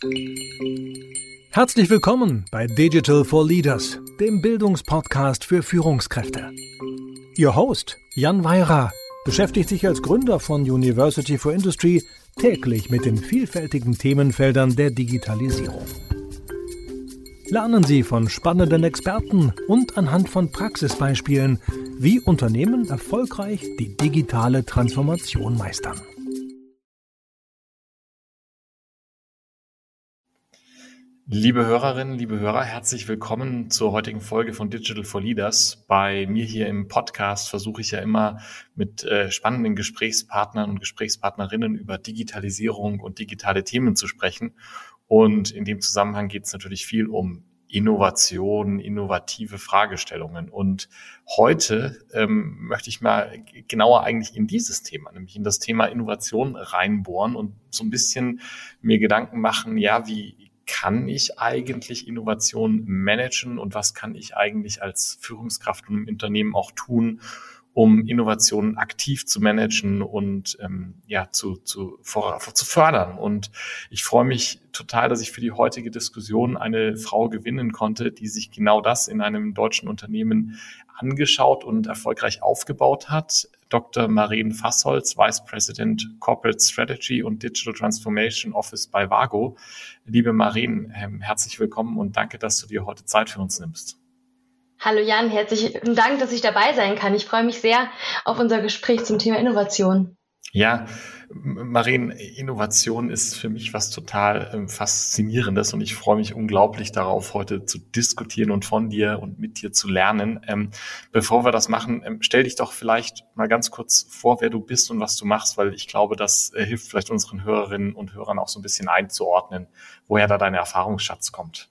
Herzlich willkommen bei Digital for Leaders, dem Bildungspodcast für Führungskräfte. Ihr Host, Jan Weira, beschäftigt sich als Gründer von University for Industry täglich mit den vielfältigen Themenfeldern der Digitalisierung. Lernen Sie von spannenden Experten und anhand von Praxisbeispielen, wie Unternehmen erfolgreich die digitale Transformation meistern. Liebe Hörerinnen, liebe Hörer, herzlich willkommen zur heutigen Folge von Digital for Leaders. Bei mir hier im Podcast versuche ich ja immer mit spannenden Gesprächspartnern und Gesprächspartnerinnen über Digitalisierung und digitale Themen zu sprechen. Und in dem Zusammenhang geht es natürlich viel um Innovation, innovative Fragestellungen. Und heute möchte ich mal genauer eigentlich in dieses Thema, nämlich in das Thema Innovation reinbohren und so ein bisschen mir Gedanken machen, ja, wie kann ich eigentlich Innovation managen und was kann ich eigentlich als Führungskraft und im Unternehmen auch tun, um Innovationen aktiv zu managen und zu fördern. Und ich freue mich total, dass ich für die heutige Diskussion eine Frau gewinnen konnte, die sich genau das in einem deutschen Unternehmen angeschaut und erfolgreich aufgebaut hat. Dr. Maren Fassholz, Vice President Corporate Strategy und Digital Transformation Office bei Vago. Liebe Maren, herzlich willkommen und danke, dass du dir heute Zeit für uns nimmst. Hallo Jan, herzlichen Dank, dass ich dabei sein kann. Ich freue mich sehr auf unser Gespräch zum Thema Innovation. Ja, Maren, Innovation ist für mich was total Faszinierendes und ich freue mich unglaublich darauf, heute zu diskutieren und von dir und mit dir zu lernen. Bevor wir das machen, stell dich doch vielleicht mal ganz kurz vor, wer du bist und was du machst, weil ich glaube, das hilft vielleicht unseren Hörerinnen und Hörern auch so ein bisschen einzuordnen, woher da dein Erfahrungsschatz kommt.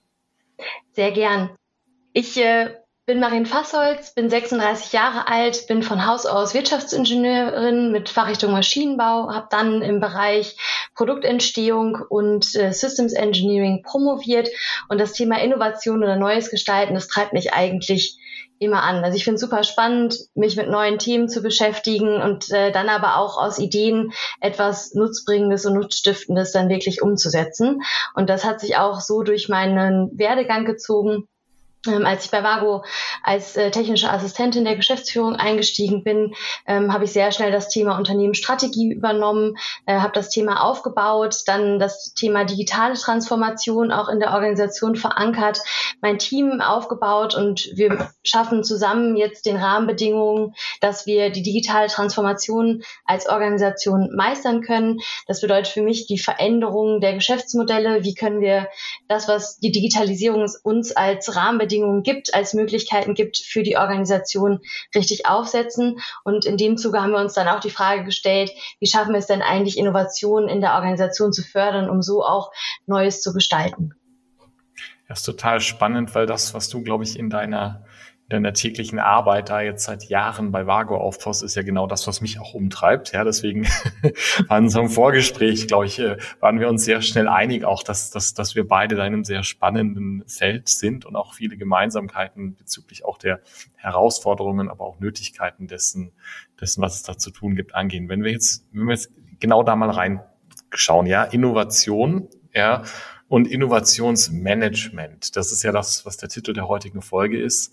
Sehr gern. Ich bin Maren Fassholz, bin 36 Jahre alt, bin von Haus aus Wirtschaftsingenieurin mit Fachrichtung Maschinenbau, habe dann im Bereich Produktentstehung und Systems Engineering promoviert und das Thema Innovation oder Neues gestalten, das treibt mich eigentlich immer an. Also ich finde es super spannend, mich mit neuen Themen zu beschäftigen und dann aber auch aus Ideen etwas Nutzbringendes und Nutzstiftendes dann wirklich umzusetzen. Und das hat sich auch so durch meinen Werdegang gezogen. Als ich bei Vago als technische Assistentin der Geschäftsführung eingestiegen bin, habe ich sehr schnell das Thema Unternehmensstrategie übernommen, habe das Thema aufgebaut, dann das Thema digitale Transformation auch in der Organisation verankert, mein Team aufgebaut und wir schaffen zusammen jetzt den Rahmenbedingungen, dass wir die digitale Transformation als Organisation meistern können. Das bedeutet für mich die Veränderung der Geschäftsmodelle. Wie können wir das, was die Digitalisierung uns als Rahmenbedingungen gibt, als Möglichkeiten gibt für die Organisation richtig aufsetzen. Und in dem Zuge haben wir uns dann auch die Frage gestellt, wie schaffen wir es denn eigentlich, Innovationen in der Organisation zu fördern, um so auch Neues zu gestalten. Das ist total spannend, weil das, was du, glaube ich, in deiner täglichen Arbeit da jetzt seit Jahren bei Vago aufbaust, ist ja genau das, was mich auch umtreibt. Ja, deswegen bei unserem Vorgespräch, glaube ich, waren wir uns sehr schnell einig, auch dass wir beide in einem sehr spannenden Feld sind und auch viele Gemeinsamkeiten bezüglich auch der Herausforderungen, aber auch Nötigkeiten dessen, was es da zu tun gibt, angehen. Wenn wir jetzt genau da mal reinschauen, ja, Innovation, ja, und Innovationsmanagement, das ist ja das, was der Titel der heutigen Folge ist.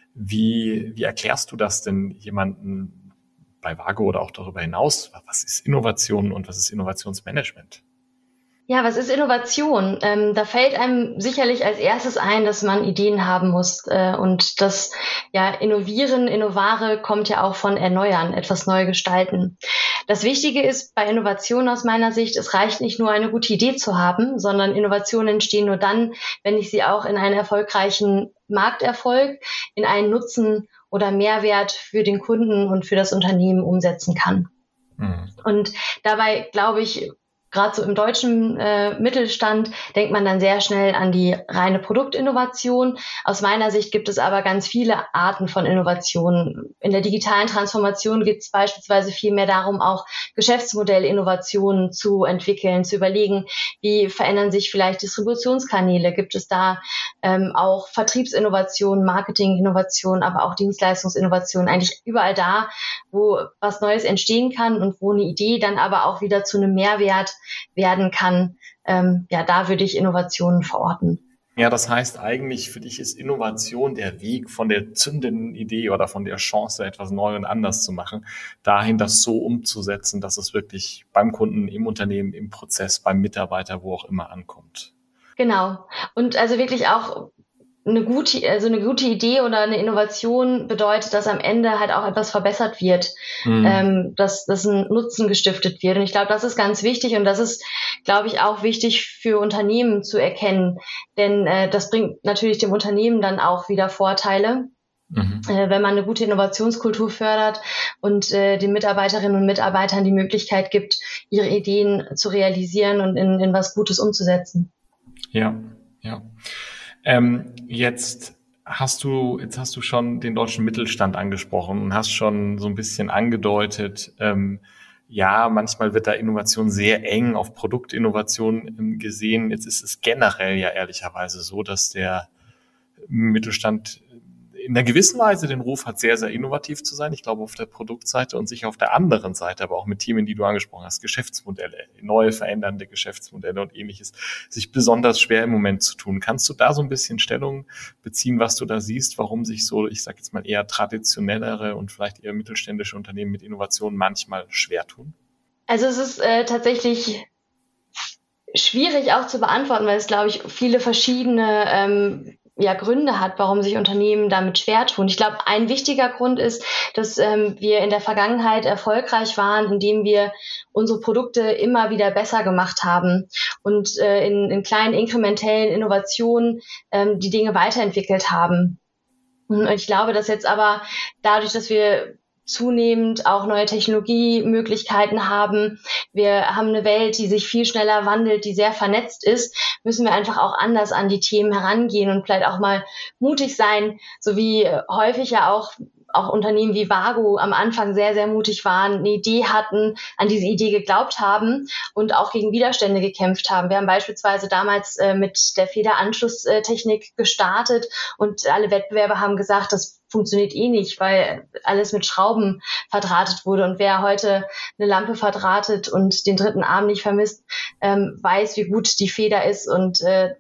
Wie erklärst du das denn jemanden bei Vago oder auch darüber hinaus? Was ist Innovation und was ist Innovationsmanagement? Ja, was ist Innovation? Da fällt einem sicherlich als erstes ein, dass man Ideen haben muss. Und das Innovieren, Innovare kommt ja auch von Erneuern, etwas neu gestalten. Das Wichtige ist bei Innovation aus meiner Sicht, es reicht nicht nur eine gute Idee zu haben, sondern Innovationen entstehen nur dann, wenn ich sie auch in einen erfolgreichen Markterfolg, in einen Nutzen oder Mehrwert für den Kunden und für das Unternehmen umsetzen kann. Und dabei glaube ich, gerade so im deutschen Mittelstand denkt man dann sehr schnell an die reine Produktinnovation. Aus meiner Sicht gibt es aber ganz viele Arten von Innovationen. In der digitalen Transformation geht es beispielsweise viel mehr darum, auch Geschäftsmodellinnovationen zu entwickeln, zu überlegen, wie verändern sich vielleicht Distributionskanäle, gibt es da auch Vertriebsinnovationen, Marketinginnovationen, aber auch Dienstleistungsinnovationen, eigentlich überall da, wo was Neues entstehen kann und wo eine Idee dann aber auch wieder zu einem Mehrwert werden kann da würde ich Innovationen verorten. Ja, das heißt eigentlich, für dich ist Innovation der Weg von der zündenden Idee oder von der Chance, etwas neu und anders zu machen, dahin, das so umzusetzen, dass es wirklich beim Kunden, im Unternehmen, im Prozess, beim Mitarbeiter, wo auch immer ankommt. Genau. Und also wirklich auch eine gute Idee oder eine Innovation bedeutet, dass am Ende halt auch etwas verbessert wird, dass ein Nutzen gestiftet wird. Und ich glaube, das ist ganz wichtig und das ist, glaube ich, auch wichtig für Unternehmen zu erkennen, denn das bringt natürlich dem Unternehmen dann auch wieder Vorteile. Wenn man eine gute Innovationskultur fördert und den Mitarbeiterinnen und Mitarbeitern die Möglichkeit gibt, ihre Ideen zu realisieren und in was Gutes umzusetzen. Ja. Jetzt hast du schon den deutschen Mittelstand angesprochen und hast schon so ein bisschen angedeutet, manchmal wird da Innovation sehr eng auf Produktinnovation gesehen. Jetzt ist es generell ja ehrlicherweise so, dass der Mittelstand in einer gewissen Weise den Ruf hat, sehr, sehr innovativ zu sein. Ich glaube, auf der Produktseite und sich auf der anderen Seite, aber auch mit Themen, die du angesprochen hast, Geschäftsmodelle, neue verändernde Geschäftsmodelle und Ähnliches, sich besonders schwer im Moment zu tun. Kannst du da so ein bisschen Stellung beziehen, was du da siehst, warum sich so, ich sage jetzt mal eher traditionellere und vielleicht eher mittelständische Unternehmen mit Innovationen manchmal schwer tun? Also es ist tatsächlich schwierig auch zu beantworten, weil es, glaube ich, viele verschiedene Gründe hat, warum sich Unternehmen damit schwer tun. Ich glaube, ein wichtiger Grund ist, dass wir in der Vergangenheit erfolgreich waren, indem wir unsere Produkte immer wieder besser gemacht haben und in kleinen inkrementellen Innovationen die Dinge weiterentwickelt haben. Und ich glaube, dass jetzt aber dadurch, dass wir zunehmend auch neue Technologiemöglichkeiten haben. Wir haben eine Welt, die sich viel schneller wandelt, die sehr vernetzt ist, müssen wir einfach auch anders an die Themen herangehen und vielleicht auch mal mutig sein, so wie häufig ja auch Unternehmen wie Vago am Anfang sehr, sehr mutig waren, eine Idee hatten, an diese Idee geglaubt haben und auch gegen Widerstände gekämpft haben. Wir haben beispielsweise damals mit der Federanschlusstechnik gestartet und alle Wettbewerber haben gesagt, das funktioniert eh nicht, weil alles mit Schrauben verdrahtet wurde. Und wer heute eine Lampe verdrahtet und den dritten Arm nicht vermisst, weiß, wie gut die Feder ist und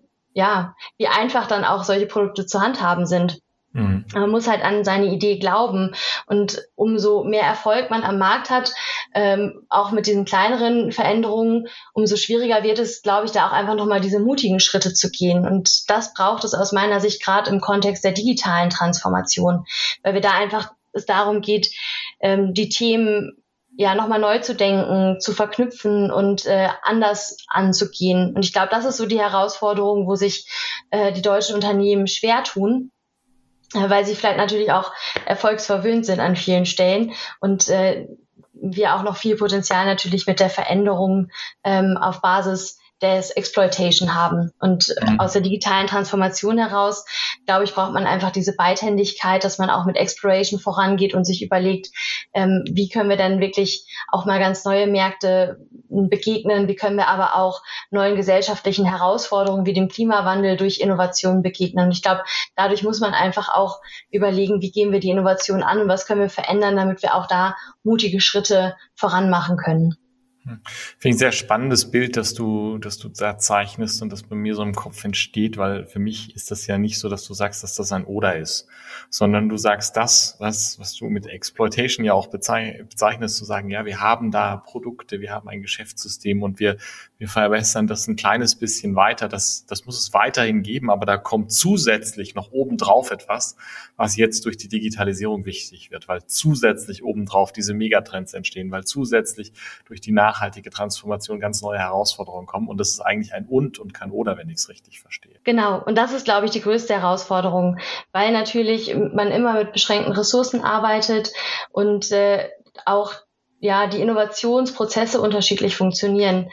wie einfach dann auch solche Produkte zu handhaben sind. Man muss halt an seine Idee glauben und umso mehr Erfolg man am Markt hat, auch mit diesen kleineren Veränderungen, umso schwieriger wird es, glaube ich, da auch einfach nochmal diese mutigen Schritte zu gehen. Und das braucht es aus meiner Sicht gerade im Kontext der digitalen Transformation, weil es darum geht, die Themen nochmal neu zu denken, zu verknüpfen und anders anzugehen. Und ich glaube, das ist so die Herausforderung, wo sich die deutschen Unternehmen schwer tun, weil sie vielleicht natürlich auch erfolgsverwöhnt sind an vielen Stellen und wir auch noch viel Potenzial natürlich mit der Veränderung auf Basis des Exploitation haben. Und aus der digitalen Transformation heraus, glaube ich, braucht man einfach diese Beidhändigkeit, dass man auch mit Exploration vorangeht und sich überlegt, wie können wir denn wirklich auch mal ganz neue Märkte begegnen, wie können wir aber auch neuen gesellschaftlichen Herausforderungen wie dem Klimawandel durch Innovation begegnen. Und ich glaube, dadurch muss man einfach auch überlegen, wie gehen wir die Innovation an und was können wir verändern, damit wir auch da mutige Schritte voran machen können. Finde ich ein sehr spannendes Bild, dass du da zeichnest und das bei mir so im Kopf entsteht, weil für mich ist das ja nicht so, dass du sagst, dass das ein Oder ist, sondern du sagst das, was du mit Exploitation ja auch bezeichnest, zu sagen, ja, wir haben da Produkte, wir haben ein Geschäftssystem und wir verbessern das ein kleines bisschen weiter. Das muss es weiterhin geben, aber da kommt zusätzlich noch obendrauf etwas, was jetzt durch die Digitalisierung wichtig wird, weil zusätzlich obendrauf diese Megatrends entstehen, weil zusätzlich durch die nachhaltige Transformation ganz neue Herausforderungen kommen. Und das ist eigentlich ein Und kein Oder, wenn ich es richtig verstehe. Genau. Und das ist, glaube ich, die größte Herausforderung, weil natürlich man immer mit beschränkten Ressourcen arbeitet und auch die Innovationsprozesse unterschiedlich funktionieren.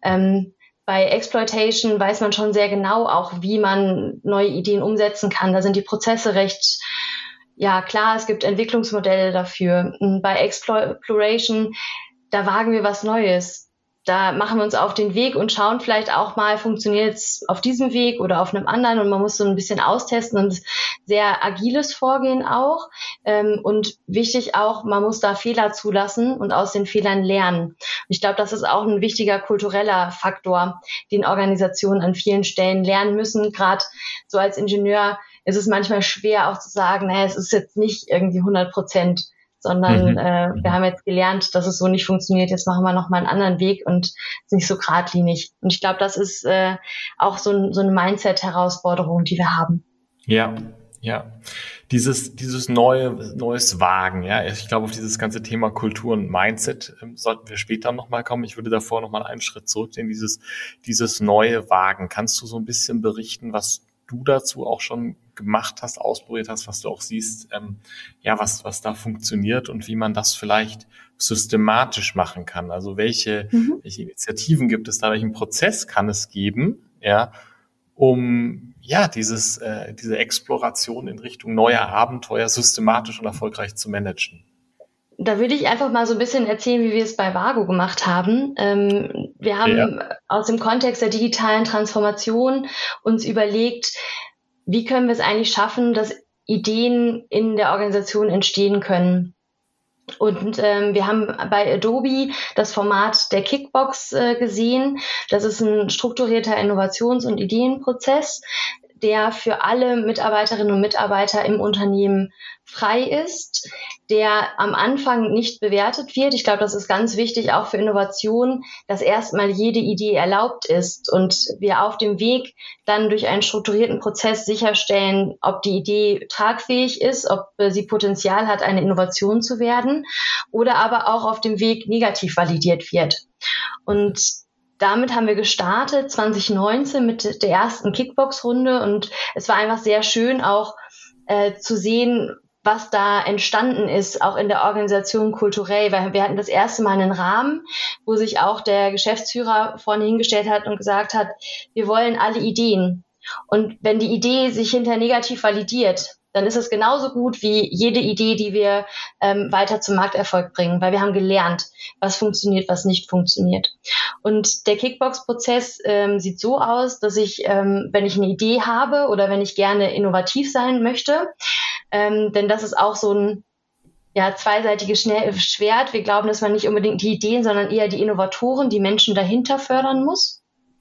Bei Exploitation weiß man schon sehr genau auch, wie man neue Ideen umsetzen kann. Da sind die Prozesse recht klar, es gibt Entwicklungsmodelle dafür. Bei Exploration, da wagen wir was Neues. da machen wir uns auf den Weg und schauen vielleicht auch mal, funktioniert es auf diesem Weg oder auf einem anderen, und man muss so ein bisschen austesten und sehr agiles Vorgehen auch. Und wichtig auch, man muss da Fehler zulassen und aus den Fehlern lernen. Und ich glaube, das ist auch ein wichtiger kultureller Faktor, den Organisationen an vielen Stellen lernen müssen. Gerade so als Ingenieur ist es manchmal schwer auch zu sagen, naja, es ist jetzt nicht irgendwie 100%. Sondern wir haben jetzt gelernt, dass es so nicht funktioniert. Jetzt machen wir nochmal einen anderen Weg und ist nicht so geradlinig. Und ich glaube, das ist auch so eine Mindset-Herausforderung, die wir haben. Ja. Dieses neues Wagen, ja. Ich glaube, auf dieses ganze Thema Kultur und Mindset sollten wir später nochmal kommen. Ich würde davor nochmal einen Schritt zurückgehen, dieses neue Wagen. Kannst du so ein bisschen berichten, was du dazu auch schon gemacht hast, ausprobiert hast, was du auch siehst, was da funktioniert und wie man das vielleicht systematisch machen kann? Also welche Initiativen gibt es da, welchen Prozess kann es geben, um diese Exploration in Richtung neuer Abenteuer systematisch und erfolgreich zu managen? Da würde ich einfach mal so ein bisschen erzählen, wie wir es bei Vago gemacht haben. Wir haben aus dem Kontext der digitalen Transformation uns überlegt, wie können wir es eigentlich schaffen, dass Ideen in der Organisation entstehen können. Und wir haben bei Adobe das Format der Kickbox gesehen. Das ist ein strukturierter Innovations- und Ideenprozess, der für alle Mitarbeiterinnen und Mitarbeiter im Unternehmen frei ist, der am Anfang nicht bewertet wird. Ich glaube, das ist ganz wichtig, auch für Innovation, dass erstmal jede Idee erlaubt ist und wir auf dem Weg dann durch einen strukturierten Prozess sicherstellen, ob die Idee tragfähig ist, ob sie Potenzial hat, eine Innovation zu werden, oder aber auch auf dem Weg negativ validiert wird. Und damit haben wir gestartet 2019 mit der ersten Kickbox-Runde, und es war einfach sehr schön auch zu sehen, was da entstanden ist, auch in der Organisation kulturell, weil wir hatten das erste Mal einen Rahmen, wo sich auch der Geschäftsführer vorne hingestellt hat und gesagt hat, wir wollen alle Ideen. Und wenn die Idee sich hinterher negativ validiert, dann ist es genauso gut wie jede Idee, die wir weiter zum Markterfolg bringen, weil wir haben gelernt, was funktioniert, was nicht funktioniert. Und der Kickbox-Prozess sieht so aus, dass ich, wenn ich eine Idee habe oder wenn ich gerne innovativ sein möchte, denn das ist auch so ein zweiseitiges Schwert. Wir glauben, dass man nicht unbedingt die Ideen, sondern eher die Innovatoren, die Menschen dahinter fördern muss.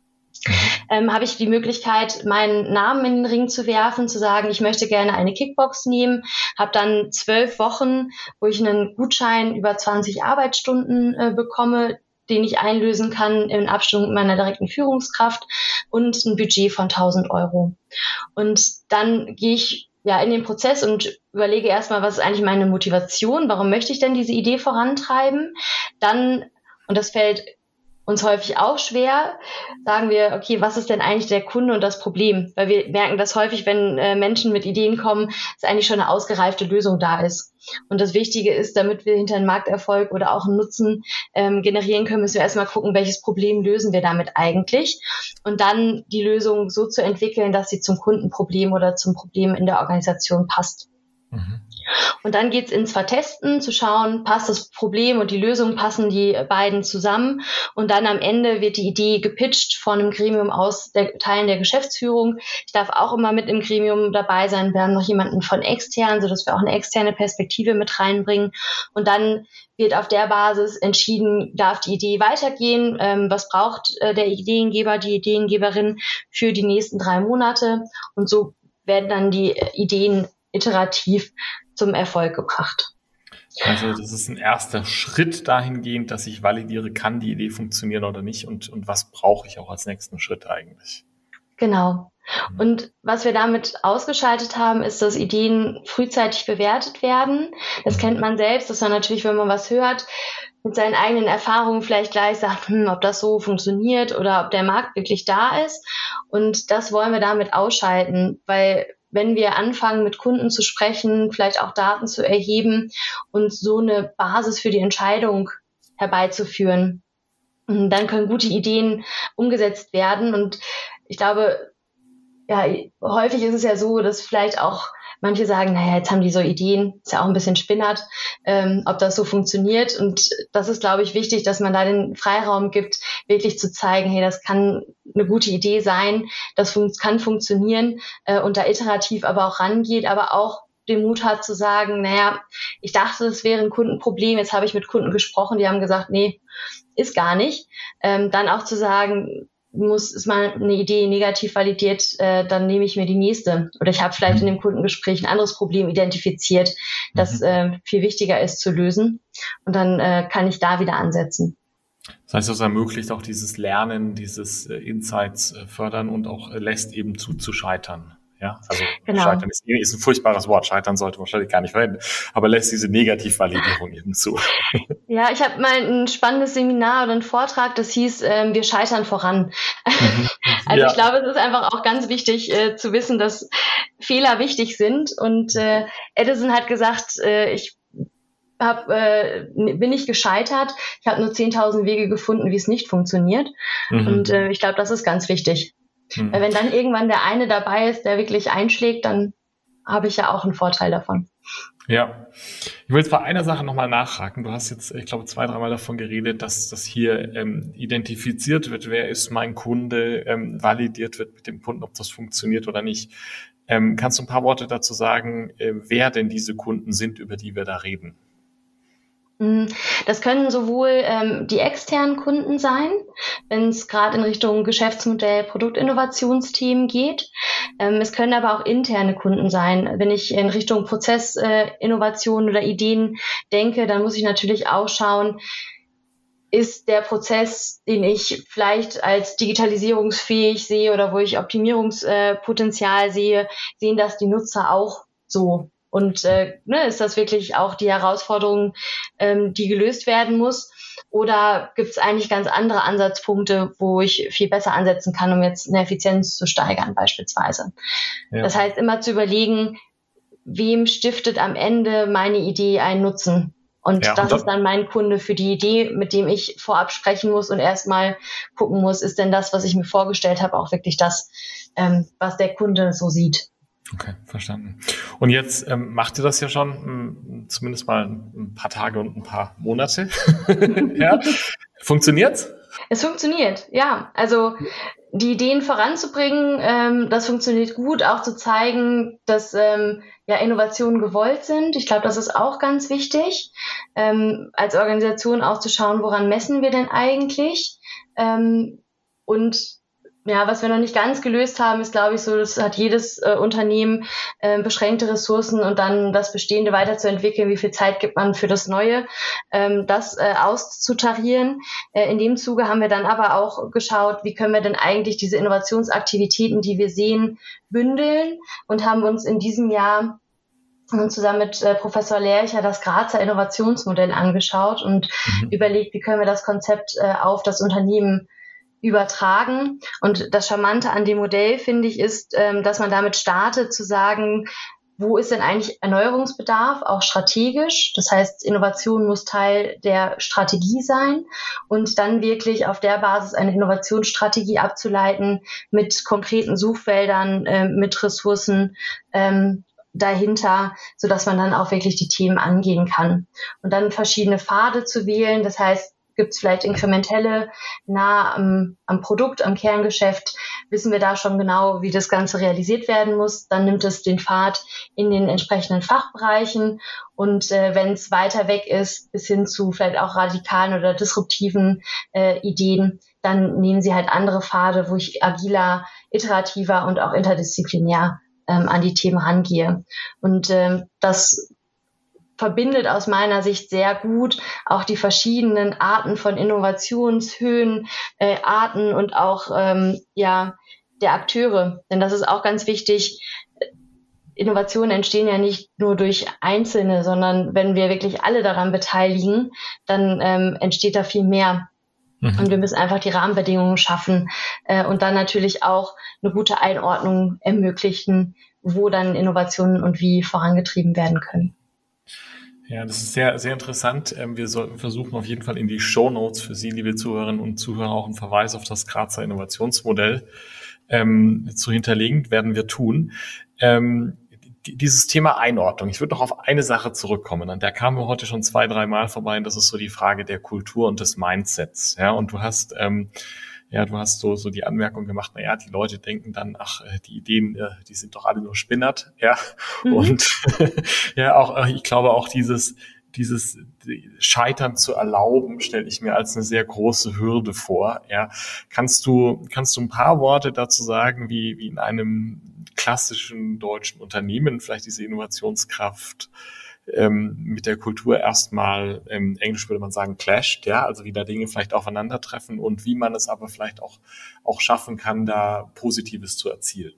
Habe ich die Möglichkeit, meinen Namen in den Ring zu werfen, zu sagen, ich möchte gerne eine Kickbox nehmen, habe dann 12 Wochen, wo ich einen Gutschein über 20 Arbeitsstunden bekomme, den ich einlösen kann in Abstimmung mit meiner direkten Führungskraft, und ein Budget von 1.000 Euro. Und dann gehe ich in den Prozess und überlege erstmal, was ist eigentlich meine Motivation, warum möchte ich denn diese Idee vorantreiben? Dann, und das fällt uns häufig auch schwer, sagen wir, okay, was ist denn eigentlich der Kunde und das Problem? Weil wir merken, dass häufig, wenn Menschen mit Ideen kommen, dass eigentlich schon eine ausgereifte Lösung da ist. Und das Wichtige ist, damit wir hinter einen Markterfolg oder auch einen Nutzen generieren können, müssen wir erstmal gucken, welches Problem lösen wir damit eigentlich, und dann die Lösung so zu entwickeln, dass sie zum Kundenproblem oder zum Problem in der Organisation passt. Und dann geht's ins Vertesten, zu schauen, passt das Problem und die Lösung, passen die beiden zusammen, und dann am Ende wird die Idee gepitcht von einem Gremium aus Teilen der Geschäftsführung. Ich darf auch immer mit im Gremium dabei sein. Wir haben noch jemanden von extern, sodass wir auch eine externe Perspektive mit reinbringen, und dann wird auf der Basis entschieden, darf die Idee weitergehen, was braucht der Ideengeber, die Ideengeberin für die nächsten 3 Monate, und so werden dann die Ideen iterativ zum Erfolg gebracht. Also das ist ein erster Schritt dahingehend, dass ich validiere, kann die Idee funktionieren oder nicht, und was brauche ich auch als nächsten Schritt eigentlich. Genau. Und was wir damit ausgeschaltet haben, ist, dass Ideen frühzeitig bewertet werden. Das kennt man selbst, dass man natürlich, wenn man was hört, mit seinen eigenen Erfahrungen vielleicht gleich sagt, ob das so funktioniert oder ob der Markt wirklich da ist. Und das wollen wir damit ausschalten, weil wenn wir anfangen, mit Kunden zu sprechen, vielleicht auch Daten zu erheben und so eine Basis für die Entscheidung herbeizuführen, dann können gute Ideen umgesetzt werden. Und ich glaube, häufig ist es ja so, dass vielleicht auch Manche sagen, naja, jetzt haben die so Ideen, ist ja auch ein bisschen spinnert, ob das so funktioniert. Und das ist, glaube ich, wichtig, dass man da den Freiraum gibt, wirklich zu zeigen, hey, das kann eine gute Idee sein, das kann funktionieren und da iterativ aber auch rangeht, aber auch den Mut hat zu sagen, naja, ich dachte, das wäre ein Kundenproblem, jetzt habe ich mit Kunden gesprochen, die haben gesagt, nee, ist gar nicht. Dann auch zu sagen, ist mal eine Idee negativ validiert, dann nehme ich mir die nächste. Oder ich habe vielleicht in dem Kundengespräch ein anderes Problem identifiziert, das viel wichtiger ist zu lösen. Und dann kann ich da wieder ansetzen. Das heißt, das ermöglicht auch dieses Lernen, dieses Insights fördern und auch lässt eben zu scheitern. Ja, also genau. Scheitern ist ein furchtbares Wort. Scheitern sollte man wahrscheinlich gar nicht verwenden, aber lässt diese Negativvalidierung eben zu. Ja, ich habe mal ein spannendes Seminar oder einen Vortrag, das hieß, wir scheitern voran. Also ich glaube, es ist einfach auch ganz wichtig zu wissen, dass Fehler wichtig sind. Und Edison hat gesagt, bin nicht gescheitert. Ich habe nur 10.000 Wege gefunden, wie es nicht funktioniert. Und ich glaube, das ist ganz wichtig. Weil wenn dann irgendwann der eine dabei ist, der wirklich einschlägt, dann habe ich ja auch einen Vorteil davon. Ja, ich will jetzt bei einer Sache nochmal nachhaken. Du hast jetzt, ich glaube, 2-3 Mal davon geredet, dass das hier identifiziert wird, wer ist mein Kunde, validiert wird mit dem Kunden, ob das funktioniert oder nicht. Kannst du ein paar Worte dazu sagen, wer denn diese Kunden sind, über die wir da reden? Das können sowohl die externen Kunden sein, wenn es gerade in Richtung Geschäftsmodell, Produktinnovationsthemen geht. Es können aber auch interne Kunden sein. Wenn ich in Richtung Prozessinnovation oder Ideen denke, dann muss ich natürlich auch schauen, ist der Prozess, den ich vielleicht als digitalisierungsfähig sehe oder wo ich Optimierungspotenzial sehe, sehen das die Nutzer auch so? Und ist das wirklich auch die Herausforderung, die gelöst werden muss? Oder gibt es eigentlich ganz andere Ansatzpunkte, wo ich viel besser ansetzen kann, um jetzt eine Effizienz zu steigern beispielsweise? Ja. Das heißt, immer zu überlegen, wem stiftet am Ende meine Idee einen Nutzen? Und das ist dann mein Kunde für die Idee, mit dem ich vorab sprechen muss und erstmal gucken muss, ist denn das, was ich mir vorgestellt habe, auch wirklich das, was der Kunde so sieht? Okay, verstanden. Und jetzt macht ihr das ja schon zumindest mal ein paar Tage und ein paar Monate. Ja. Funktioniert's? Es funktioniert, ja. Also die Ideen voranzubringen, das funktioniert gut. Auch zu zeigen, dass Innovationen gewollt sind. Ich glaube, das ist auch ganz wichtig. Als Organisation auch zu schauen, woran messen wir denn eigentlich? Und ja, was wir noch nicht ganz gelöst haben, ist, glaube ich, so, das hat jedes Unternehmen beschränkte Ressourcen und dann das Bestehende weiterzuentwickeln. Wie viel Zeit gibt man für das Neue, das auszutarieren? In dem Zuge haben wir dann aber auch geschaut, wie können wir denn eigentlich diese Innovationsaktivitäten, die wir sehen, bündeln und haben uns in diesem Jahr zusammen mit Professor Lercher das Grazer Innovationsmodell angeschaut und überlegt, wie können wir das Konzept auf das Unternehmen übertragen. Und das Charmante an dem Modell, finde ich, ist, dass man damit startet zu sagen, wo ist denn eigentlich Erneuerungsbedarf, auch strategisch? Das heißt, Innovation muss Teil der Strategie sein und dann wirklich auf der Basis eine Innovationsstrategie abzuleiten mit konkreten Suchfeldern, mit Ressourcen dahinter, sodass man dann auch wirklich die Themen angehen kann. Und dann verschiedene Pfade zu wählen, das heißt, gibt es vielleicht inkrementelle, nah am Produkt, am Kerngeschäft, wissen wir da schon genau, wie das Ganze realisiert werden muss. Dann nimmt es den Pfad in den entsprechenden Fachbereichen und wenn es weiter weg ist, bis hin zu vielleicht auch radikalen oder disruptiven Ideen, dann nehmen sie halt andere Pfade, wo ich agiler, iterativer und auch interdisziplinär an die Themen rangehe. Und das verbindet aus meiner Sicht sehr gut auch die verschiedenen Arten von Innovationshöhen, Arten und auch der Akteure. Denn das ist auch ganz wichtig. Innovationen entstehen ja nicht nur durch Einzelne, sondern wenn wir wirklich alle daran beteiligen, dann entsteht da viel mehr. Und wir müssen einfach die Rahmenbedingungen schaffen und dann natürlich auch eine gute Einordnung ermöglichen, wo dann Innovationen und wie vorangetrieben werden können. Ja, das ist sehr, sehr interessant. Wir sollten versuchen, auf jeden Fall in die Shownotes für Sie, liebe Zuhörerinnen und Zuhörer, auch einen Verweis auf das Grazer Innovationsmodell zu hinterlegen, werden wir tun. dieses Thema Einordnung. Ich würde noch auf eine Sache zurückkommen. An der kamen wir heute schon 2-3 Mal vorbei. Und das ist so die Frage der Kultur und des Mindsets. Ja, und du hast so die Anmerkung gemacht, die Leute denken dann, die Ideen, die sind doch alle nur Spinnert. Ja, und ich glaube auch dieses Scheitern zu erlauben, stelle ich mir als eine sehr große Hürde vor. Ja, kannst du ein paar Worte dazu sagen, wie in einem klassischen deutschen Unternehmen vielleicht diese Innovationskraft mit der Kultur erstmal, Englisch würde man sagen, clasht, ja, also wie da Dinge vielleicht aufeinandertreffen und wie man es aber vielleicht auch schaffen kann, da Positives zu erzielen?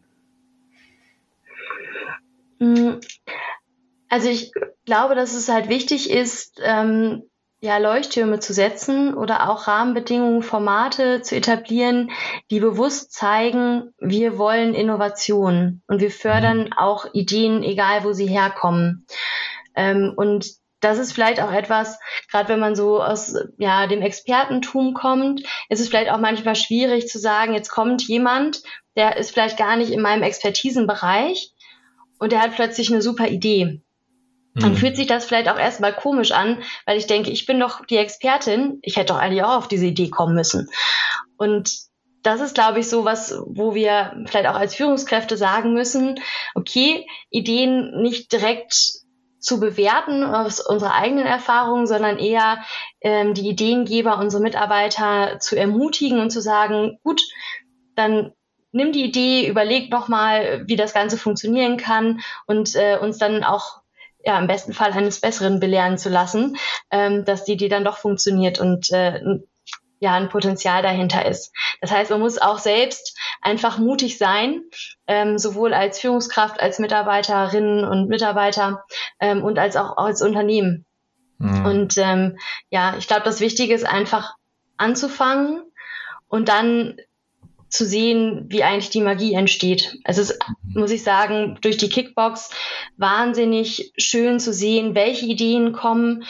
Also ich glaube, dass es halt wichtig ist, Leuchttürme zu setzen oder auch Rahmenbedingungen, Formate zu etablieren, die bewusst zeigen, wir wollen Innovation und wir fördern auch Ideen, egal wo sie herkommen. Und das ist vielleicht auch etwas, gerade wenn man so aus dem Expertentum kommt, ist es vielleicht auch manchmal schwierig zu sagen, jetzt kommt jemand, der ist vielleicht gar nicht in meinem Expertisenbereich und der hat plötzlich eine super Idee. Dann fühlt sich das vielleicht auch erstmal komisch an, weil ich denke, ich bin doch die Expertin, ich hätte doch eigentlich auch auf diese Idee kommen müssen. Und das ist, glaube ich, so was, wo wir vielleicht auch als Führungskräfte sagen müssen, okay, Ideen nicht direkt zu bewerten aus unserer eigenen Erfahrung, sondern eher die Ideengeber, unsere Mitarbeiter zu ermutigen und zu sagen, gut, dann nimm die Idee, überleg nochmal, wie das Ganze funktionieren kann und uns dann auch im besten Fall eines Besseren belehren zu lassen, dass die dann doch funktioniert und ein Potenzial dahinter ist. Das heißt, man muss auch selbst einfach mutig sein, sowohl als Führungskraft, als Mitarbeiterinnen und Mitarbeiter und als auch als Unternehmen. Und ich glaube, das Wichtige ist einfach anzufangen und dann zu sehen, wie eigentlich die Magie entsteht. Also es ist, muss ich sagen, durch die Kickbox wahnsinnig schön zu sehen, welche Ideen kommen,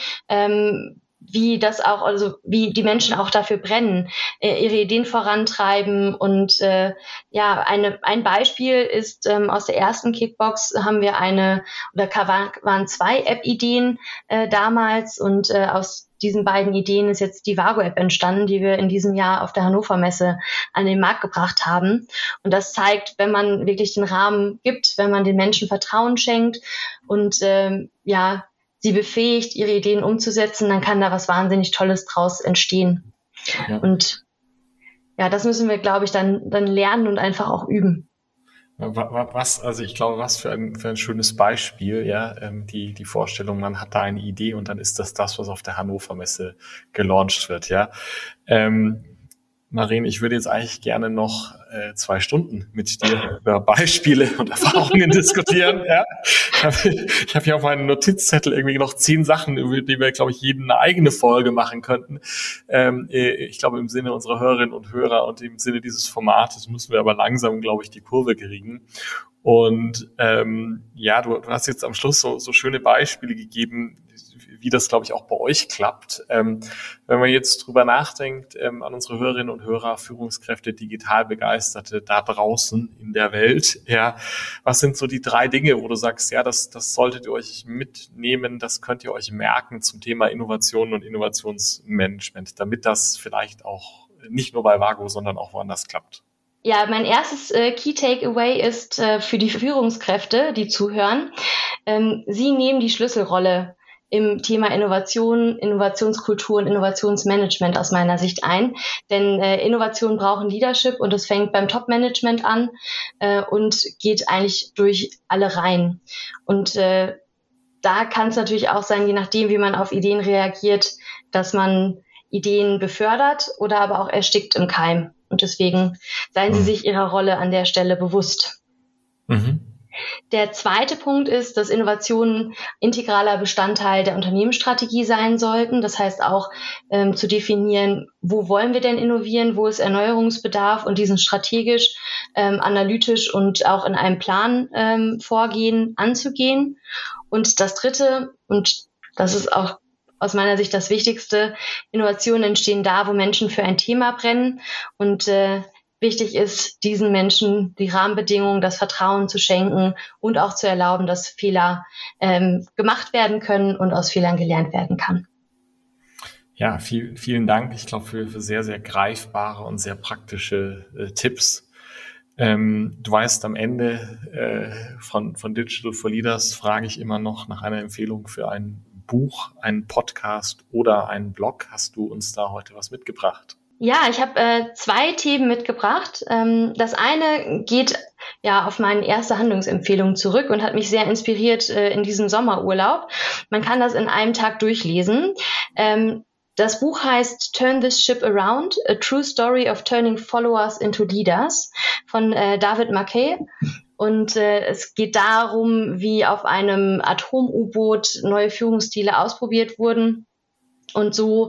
wie die Menschen auch dafür brennen, ihre Ideen vorantreiben. Und ein Beispiel ist aus der ersten Kickbox haben wir waren 2 App-Ideen damals und aus diesen beiden Ideen ist jetzt die Vago-App entstanden, die wir in diesem Jahr auf der Hannover Messe an den Markt gebracht haben. Und das zeigt, wenn man wirklich den Rahmen gibt, wenn man den Menschen Vertrauen schenkt und sie befähigt, ihre Ideen umzusetzen, dann kann da was wahnsinnig Tolles draus entstehen. Ja. Und das müssen wir, glaube ich, dann lernen und einfach auch üben. Ich glaube, was für ein schönes Beispiel, die Vorstellung, man hat da eine Idee und dann ist das, was auf der Hannover Messe gelauncht wird, ja. Maren, ich würde jetzt eigentlich gerne noch 2 Stunden mit dir über Beispiele und Erfahrungen diskutieren. Ja. Ich habe hier auf meinem Notizzettel irgendwie noch 10 Sachen, über die wir, glaube ich, jeden eine eigene Folge machen könnten. Ich glaube, im Sinne unserer Hörerinnen und Hörer und im Sinne dieses Formates müssen wir aber langsam, glaube ich, die Kurve kriegen. Und du hast jetzt am Schluss so schöne Beispiele gegeben, wie das, glaube ich, auch bei euch klappt. Wenn man jetzt drüber nachdenkt, an unsere Hörerinnen und Hörer, Führungskräfte, digital Begeisterte da draußen in der Welt, was sind so die 3 Dinge, wo du sagst, das solltet ihr euch mitnehmen, das könnt ihr euch merken zum Thema Innovation und Innovationsmanagement, damit das vielleicht auch nicht nur bei Vago, sondern auch woanders klappt? Ja, mein erstes Key Takeaway ist für die Führungskräfte, die zuhören. Sie nehmen die Schlüsselrolle im Thema Innovation, Innovationskultur und Innovationsmanagement aus meiner Sicht ein. Denn Innovationen brauchen Leadership und es fängt beim Top-Management an und geht eigentlich durch alle rein. Und da kann es natürlich auch sein, je nachdem, wie man auf Ideen reagiert, dass man Ideen befördert oder aber auch erstickt im Keim. Und deswegen seien Sie sich Ihrer Rolle an der Stelle bewusst. Der zweite Punkt ist, dass Innovationen integraler Bestandteil der Unternehmensstrategie sein sollten. Das heißt auch zu definieren, wo wollen wir denn innovieren, wo ist Erneuerungsbedarf und diesen strategisch, analytisch und auch in einem Plan Vorgehen anzugehen. Und das dritte, und das ist auch aus meiner Sicht das Wichtigste, Innovationen entstehen da, wo Menschen für ein Thema brennen und wichtig ist, diesen Menschen die Rahmenbedingungen, das Vertrauen zu schenken und auch zu erlauben, dass Fehler gemacht werden können und aus Fehlern gelernt werden kann. Ja, vielen Dank. Ich glaube, für sehr, sehr greifbare und sehr praktische Tipps. Du weißt, am Ende von Digital for Leaders frage ich immer noch nach einer Empfehlung für ein Buch, einen Podcast oder einen Blog. Hast du uns da heute was mitgebracht? Ja, ich habe 2 Themen mitgebracht. Das eine geht ja auf meine erste Handlungsempfehlung zurück und hat mich sehr inspiriert in diesem Sommerurlaub. Man kann das in einem Tag durchlesen. Das Buch heißt Turn This Ship Around, A True Story of Turning Followers into Leaders von David Marquet. Und es geht darum, wie auf einem Atom-U-Boot neue Führungsstile ausprobiert wurden und so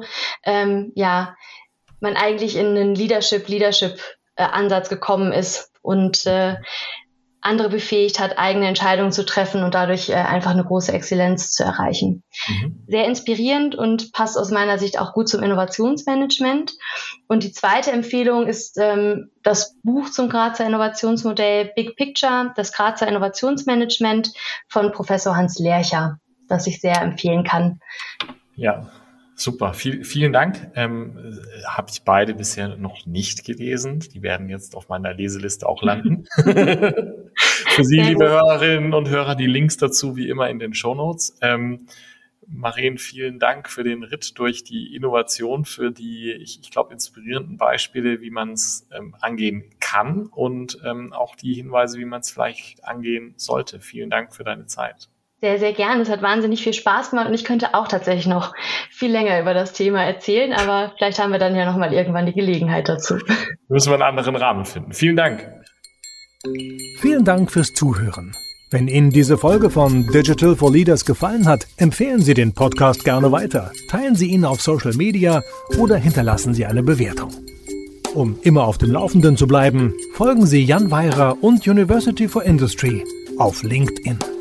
man eigentlich in einen Leadership-Ansatz gekommen ist und andere befähigt hat, eigene Entscheidungen zu treffen und dadurch einfach eine große Exzellenz zu erreichen. Sehr inspirierend und passt aus meiner Sicht auch gut zum Innovationsmanagement. Und die zweite Empfehlung ist das Buch zum Grazer Innovationsmodell Big Picture, das Grazer Innovationsmanagement von Professor Hans Lercher, das ich sehr empfehlen kann. Ja, super. Vielen Dank. Habe ich beide bisher noch nicht gelesen. Die werden jetzt auf meiner Leseliste auch landen. Für Sie, liebe Hörerinnen und Hörer, die Links dazu wie immer in den Shownotes. Maren, vielen Dank für den Ritt durch die Innovation, für die, ich glaube, inspirierenden Beispiele, wie man es angehen kann und auch die Hinweise, wie man es vielleicht angehen sollte. Vielen Dank für deine Zeit. Sehr, sehr gerne. Es hat wahnsinnig viel Spaß gemacht und ich könnte auch tatsächlich noch viel länger über das Thema erzählen, aber vielleicht haben wir dann ja nochmal irgendwann die Gelegenheit dazu. Müssen wir einen anderen Rahmen finden. Vielen Dank. Vielen Dank fürs Zuhören. Wenn Ihnen diese Folge von Digital for Leaders gefallen hat, empfehlen Sie den Podcast gerne weiter, teilen Sie ihn auf Social Media oder hinterlassen Sie eine Bewertung. Um immer auf dem Laufenden zu bleiben, folgen Sie Jan Weirer und University for Industry auf LinkedIn.